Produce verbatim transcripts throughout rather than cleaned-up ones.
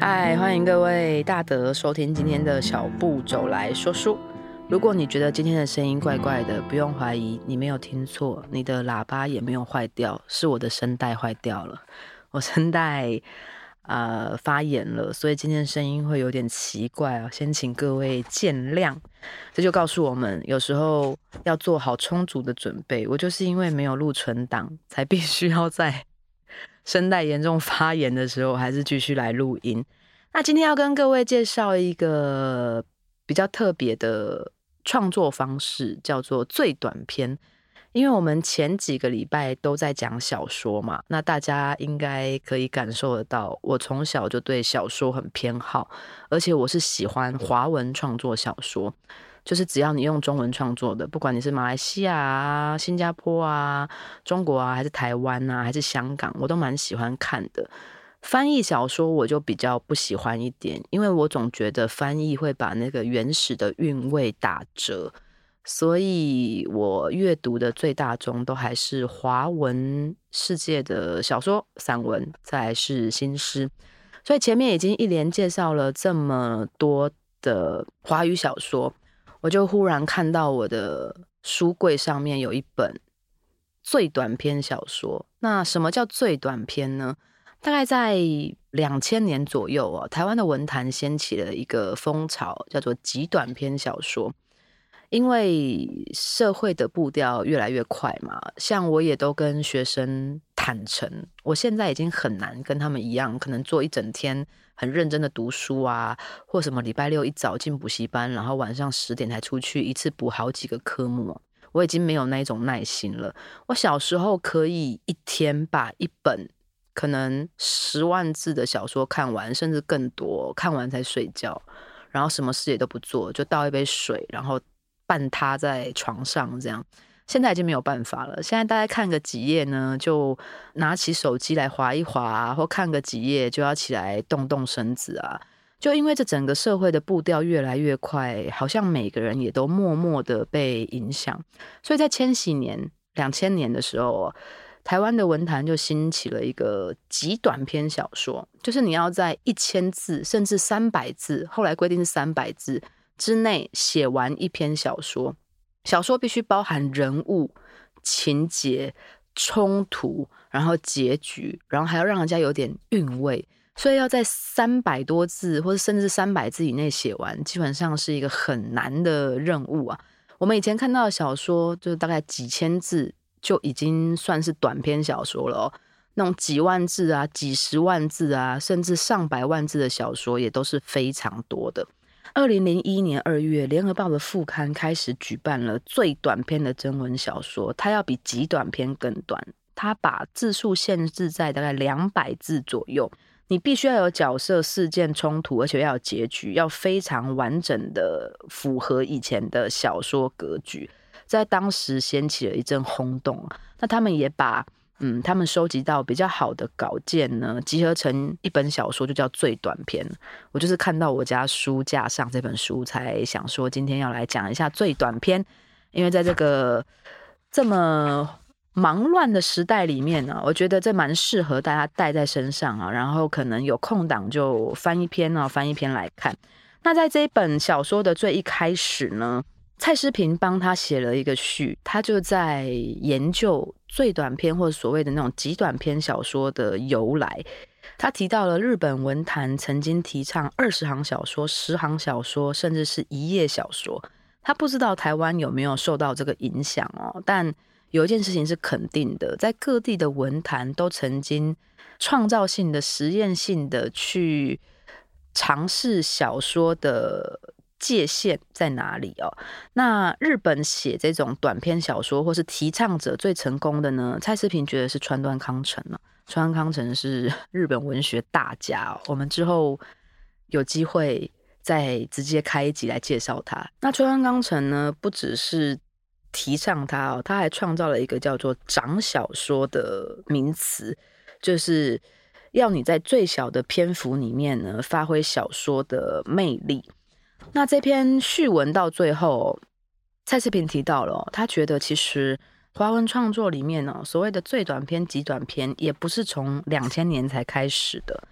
嗨，欢迎各位大德收听今天的小步走来说书。如果你觉得今天的声音怪怪的，不用怀疑，你没有听错，你的喇叭也没有坏掉，是我的声带坏掉了。我声带呃发炎了，所以今天声音会有点奇怪啊，先请各位见谅。这就告诉我们，有时候要做好充足的准备。我就是因为没有录存档，才必须要在声带严重发炎的时候，还是继续来录音。那今天要跟各位介绍一个比较特别的创作方式，叫做最短篇。因为我们前几个礼拜都在讲小说嘛，那大家应该可以感受得到，我从小就对小说很偏好，而且我是喜欢华文创作小说，就是只要你用中文创作的，不管你是马来西亚啊、新加坡啊、中国啊，还是台湾啊，还是香港，我都蛮喜欢看的。翻译小说我就比较不喜欢一点，因为我总觉得翻译会把那个原始的韵味打折，所以我阅读的最大宗都还是华文世界的小说、散文，再来是新诗。所以前面已经一连介绍了这么多的华语小说，我就忽然看到我的书柜上面有一本最短篇小说。那什么叫最短篇呢？大概在两千年左右哦，台湾的文坛掀起了一个风潮，叫做极短篇小说。因为社会的步调越来越快嘛，像我也都跟学生坦诚，我现在已经很难跟他们一样，可能做一整天很认真的读书啊，或什么礼拜六一早进补习班，然后晚上十点才出去，一次补好几个科目。我已经没有那一种耐心了。我小时候可以一天把一本可能十万字的小说看完，甚至更多，看完才睡觉，然后什么事也都不做，就倒一杯水，然后半塌在床上这样。现在已经没有办法了，现在大概看个几页呢，就拿起手机来滑一滑啊，或看个几页就要起来动动身子啊。就因为这整个社会的步调越来越快，好像每个人也都默默的被影响，所以在千禧年、两千年的时候，台湾的文坛就兴起了一个极短篇小说，就是你要在一千字甚至三百字，后来规定是三百字之内写完一篇小说。小说必须包含人物、情节、冲突，然后结局，然后还要让人家有点韵味。所以要在三百多字或者甚至三百字以内写完，基本上是一个很难的任务啊。我们以前看到的小说，就大概几千字就已经算是短篇小说了哦。那种几万字啊、几十万字啊，甚至上百万字的小说也都是非常多的。二零零一年二月，联合报的副刊开始举办了最短篇的征文小说，它要比极短篇更短，它把字数限制在大概两百字左右。你必须要有角色、事件、冲突，而且要有结局，要非常完整的符合以前的小说格局，在当时掀起了一阵轰动。那他们也把嗯，他们收集到比较好的稿件呢，集合成一本小说，就叫最短篇。我就是看到我家书架上这本书，才想说今天要来讲一下最短篇。因为在这个这么忙乱的时代里面呢、啊，我觉得这蛮适合大家带在身上啊，然后可能有空档就翻一篇啊，翻一篇来看。那在这一本小说的最一开始呢，蔡诗萍帮他写了一个序，他就在研究最短篇或者所谓的那种极短篇小说的由来。他提到了日本文坛曾经提倡二十行小说、十行小说，甚至是一页小说。他不知道台湾有没有受到这个影响哦，但有一件事情是肯定的，在各地的文坛都曾经创造性的、实验性的去尝试小说的界限在哪里哦？那日本写这种短篇小说或是提倡者最成功的呢？蔡诗萍觉得是川端康成啊。川端康成是日本文学大家哦，我们之后有机会再直接开一集来介绍他。那川端康成呢，不只是提倡他哦，他还创造了一个叫做长小说的名词，就是要你在最小的篇幅里面呢，发挥小说的魅力。那这篇序文到最后，蔡诗萍提到了、哦，他觉得其实华文创作里面呢、哦，所谓的最短篇、极短篇，也不是从两千年才开始的。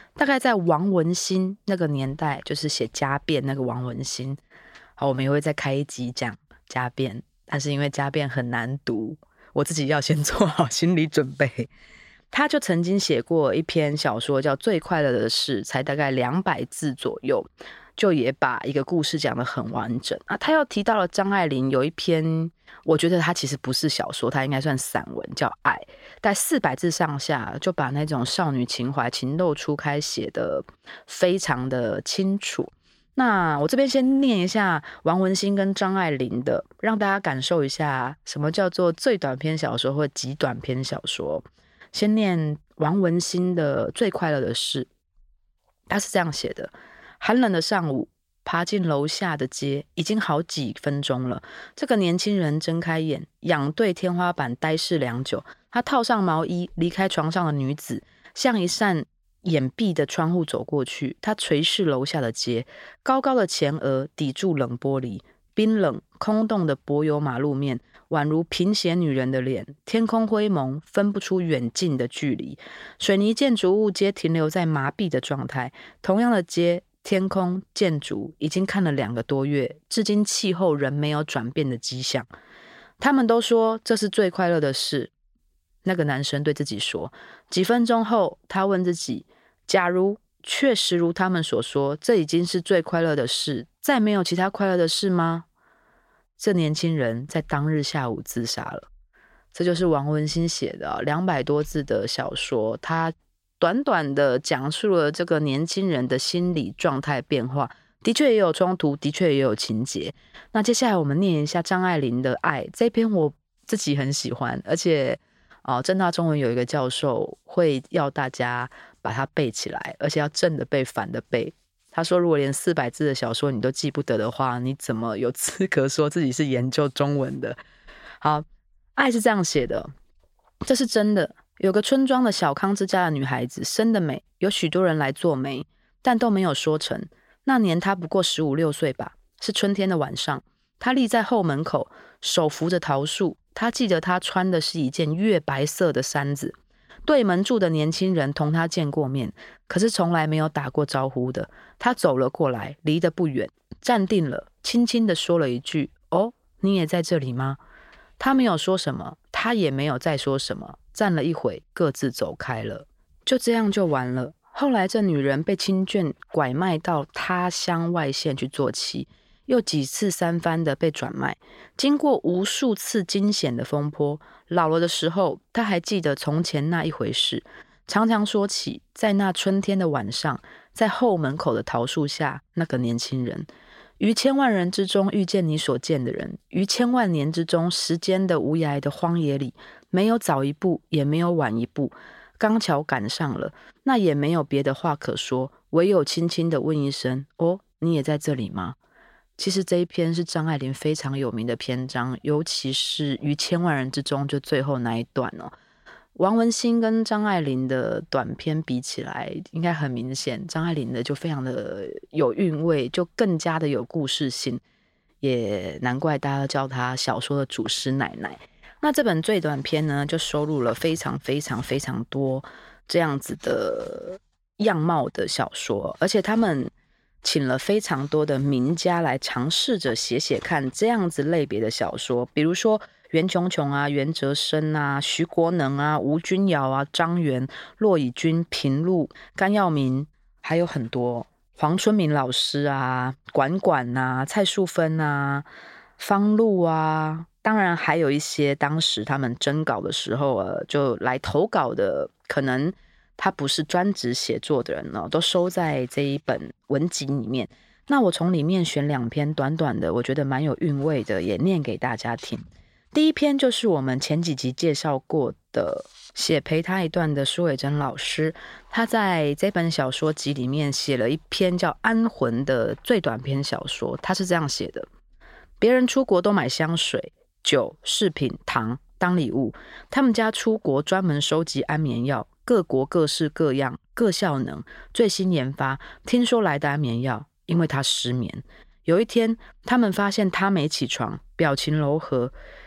大概在王文兴那个年代，就是写家变那个王文兴。好，我们也会再开一集讲家变，但是因为家变很难读，我自己要先做好心理准备。他就曾经写过一篇小说叫《最快乐的事》，才大概两百字左右，就也把一个故事讲得很完整啊。他又提到了张爱玲有一篇，我觉得他其实不是小说，他应该算散文，叫《爱》，在四百字上下，就把那种少女情怀情窦初开写得非常的清楚。那我这边先念一下王文兴跟张爱玲的，让大家感受一下什么叫做最短篇小说或极短篇小说。先念王文兴的《最快乐的事》，他是这样写的：寒冷的上午，爬进楼下的街，已经好几分钟了。这个年轻人睁开眼，仰对天花板呆视良久。他套上毛衣，离开床上的女子，向一扇掩蔽的窗户走过去。他垂视楼下的街，高高的前额抵住冷玻璃，冰冷空洞的柏油马路面，宛如贫血女人的脸。天空灰蒙，分不出远近的距离。水泥建筑物皆停留在麻痹的状态。同样的街，天空、建筑已经看了两个多月，至今气候仍没有转变的迹象。他们都说这是最快乐的事。那个男生对自己说。几分钟后，他问自己：假如确实如他们所说，这已经是最快乐的事，再没有其他快乐的事吗？这年轻人在当日下午自杀了。这就是王文兴写的两百多字的小说，他短短的讲述了这个年轻人的心理状态变化，的确也有冲突，的确也有情节。那接下来我们念一下张爱玲的《爱》，这篇我自己很喜欢，而且哦，政大中文有一个教授会要大家把它背起来，而且要正的背，反的背。他说，如果连四百字的小说你都记不得的话，你怎么有资格说自己是研究中文的？好，爱是这样写的，这是真的。有个村庄的小康之家的女孩子，生得美，有许多人来做媒，但都没有说成。那年她不过十五六岁吧，是春天的晚上，她立在后门口，手扶着桃树。她记得她穿的是一件月白色的衫子。对门住的年轻人同她见过面，可是从来没有打过招呼的。她走了过来，离得不远，站定了，轻轻地说了一句：哦，你也在这里吗？他没有说什么，他也没有再说什么，站了一会，各自走开了。就这样就完了。后来这女人被亲眷拐卖到他乡外县去做妻，又几次三番的被转卖，经过无数次惊险的风波。老了的时候，她还记得从前那一回事，常常说起在那春天的晚上，在后门口的桃树下，那个年轻人。于千万人之中遇见你所见的人，于千万年之中时间的无涯的荒野里，没有早一步，也没有晚一步，刚巧赶上了，那也没有别的话可说，唯有轻轻的问一声：哦，你也在这里吗？其实这一篇是张爱玲非常有名的篇章，尤其是于千万人之中就最后那一段哦。王文兴跟张爱玲的短篇比起来，应该很明显，张爱玲的就非常的有韵味，就更加的有故事性，也难怪大家叫她小说的祖师奶奶。那这本最短篇呢，就收录了非常非常非常多这样子的样貌的小说，而且他们请了非常多的名家来尝试着写写看这样子类别的小说，比如说袁琼琼啊、袁哲生啊、徐国能啊、吴君瑶啊、张元、骆以军、平路、甘耀明，还有很多黄春明老师啊、管管啊、蔡淑芬啊、方路啊，当然还有一些当时他们征稿的时候呃，就来投稿的，可能他不是专职写作的人呢、哦，都收在这一本文集里面。那我从里面选两篇短短的，我觉得蛮有韵味的，也念给大家听。第一篇就是我们前几集介绍过的写陪他一段的舒伟珍老师，他在这本小说集里面写了一篇叫《安魂》的最短篇小说。他是这样写的：别人出国都买香水、酒、饰品、糖当礼物，他们家出国专门收集安眠药，各国各式各样各效能最新研发听说来的安眠药，因为他失眠。有一天他们发现他没起床，表情柔和，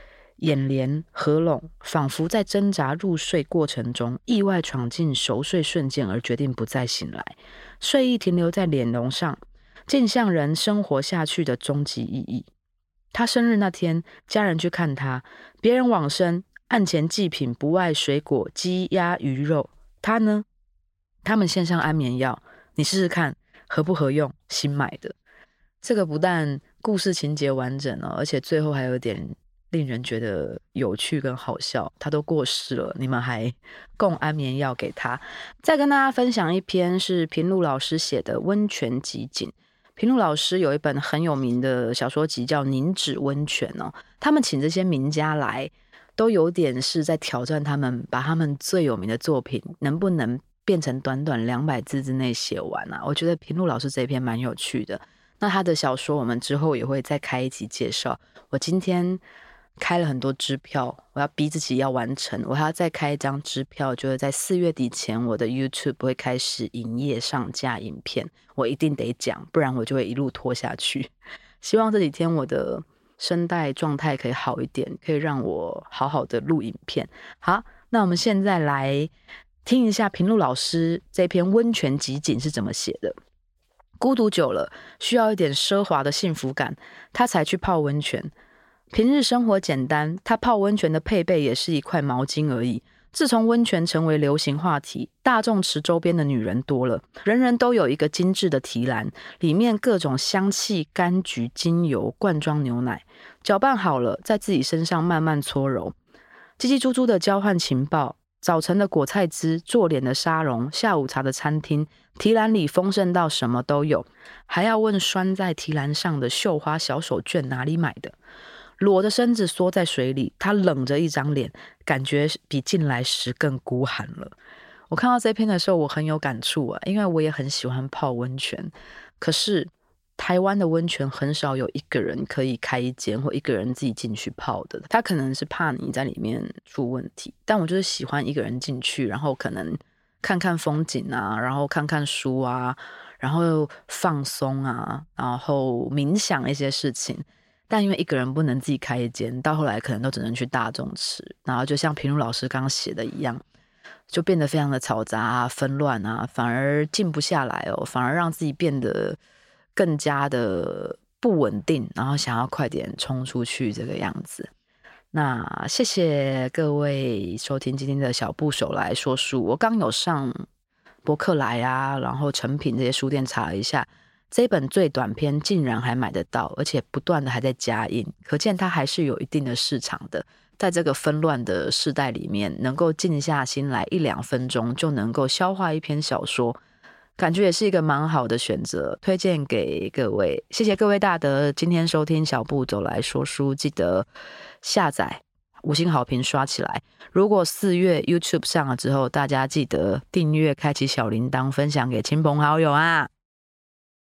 眼帘合拢，仿佛在挣扎入睡过程中意外闯进熟睡瞬间而决定不再醒来，睡意停留在脸容上，镜像人生活下去的终极意义。他生日那天，家人去看他，别人往生，案前祭品不外水果、鸡鸭鱼肉，他呢？他们献上安眠药，你试试看合不合用，新买的。这个不但故事情节完整哦，而且最后还有点令人觉得有趣跟好笑。他都过世了，你们还供安眠药给他。再跟大家分享一篇是平路老师写的温泉集锦。平路老师有一本很有名的小说集叫《凝脂温泉》哦，他们请这些名家来，都有点是在挑战他们，把他们最有名的作品能不能变成短短两百字之内写完啊？我觉得平路老师这篇蛮有趣的。那他的小说我们之后也会再开一集介绍。我今天开了很多支票，我要逼自己要完成，我还要再开一张支票，就是在四月底前我的 YouTube 会开始营业上架影片，我一定得讲，不然我就会一路拖下去。希望这几天我的声带状态可以好一点，可以让我好好的录影片。好，那我们现在来听一下平路老师这篇温泉集锦是怎么写的。孤独久了，需要一点奢华的幸福感，他才去泡温泉。平日生活简单，他泡温泉的配备也是一块毛巾而已。自从温泉成为流行话题，大众池周边的女人多了，人人都有一个精致的提篮，里面各种香气、柑橘、精油、罐装牛奶，搅拌好了，在自己身上慢慢搓揉，叽叽猪猪的交换情报。早晨的果菜汁，做脸的沙龙，下午茶的餐厅，提篮里丰盛到什么都有，还要问拴在提篮上的绣花小手绢哪里买的。裸的身子缩在水里，他冷着一张脸，感觉比进来时更孤寒了。我看到这篇的时候，我很有感触啊，因为我也很喜欢泡温泉，可是台湾的温泉很少有一个人可以开一间或一个人自己进去泡的，他可能是怕你在里面出问题，但我就是喜欢一个人进去，然后可能看看风景啊，然后看看书啊，然后放松啊，然后冥想一些事情。但因为一个人不能自己开一间，到后来可能都只能去大众吃，然后就像平路老师刚刚写的一样，就变得非常的嘈杂啊、纷乱啊，反而静不下来哦，反而让自己变得更加的不稳定，然后想要快点冲出去这个样子。那谢谢各位收听今天的小部手来说书。我刚有上博客来啊，然后诚品这些书店查了一下，这本最短篇竟然还买得到，而且不断的还在加印，可见它还是有一定的市场的。在这个纷乱的世代里面，能够静下心来一两分钟就能够消化一篇小说，感觉也是一个蛮好的选择，推荐给各位。谢谢各位大德今天收听小部走来说书，记得下载五星好评刷起来。如果四月 YouTube 上了之后，大家记得订阅开启小铃铛，分享给亲朋好友啊。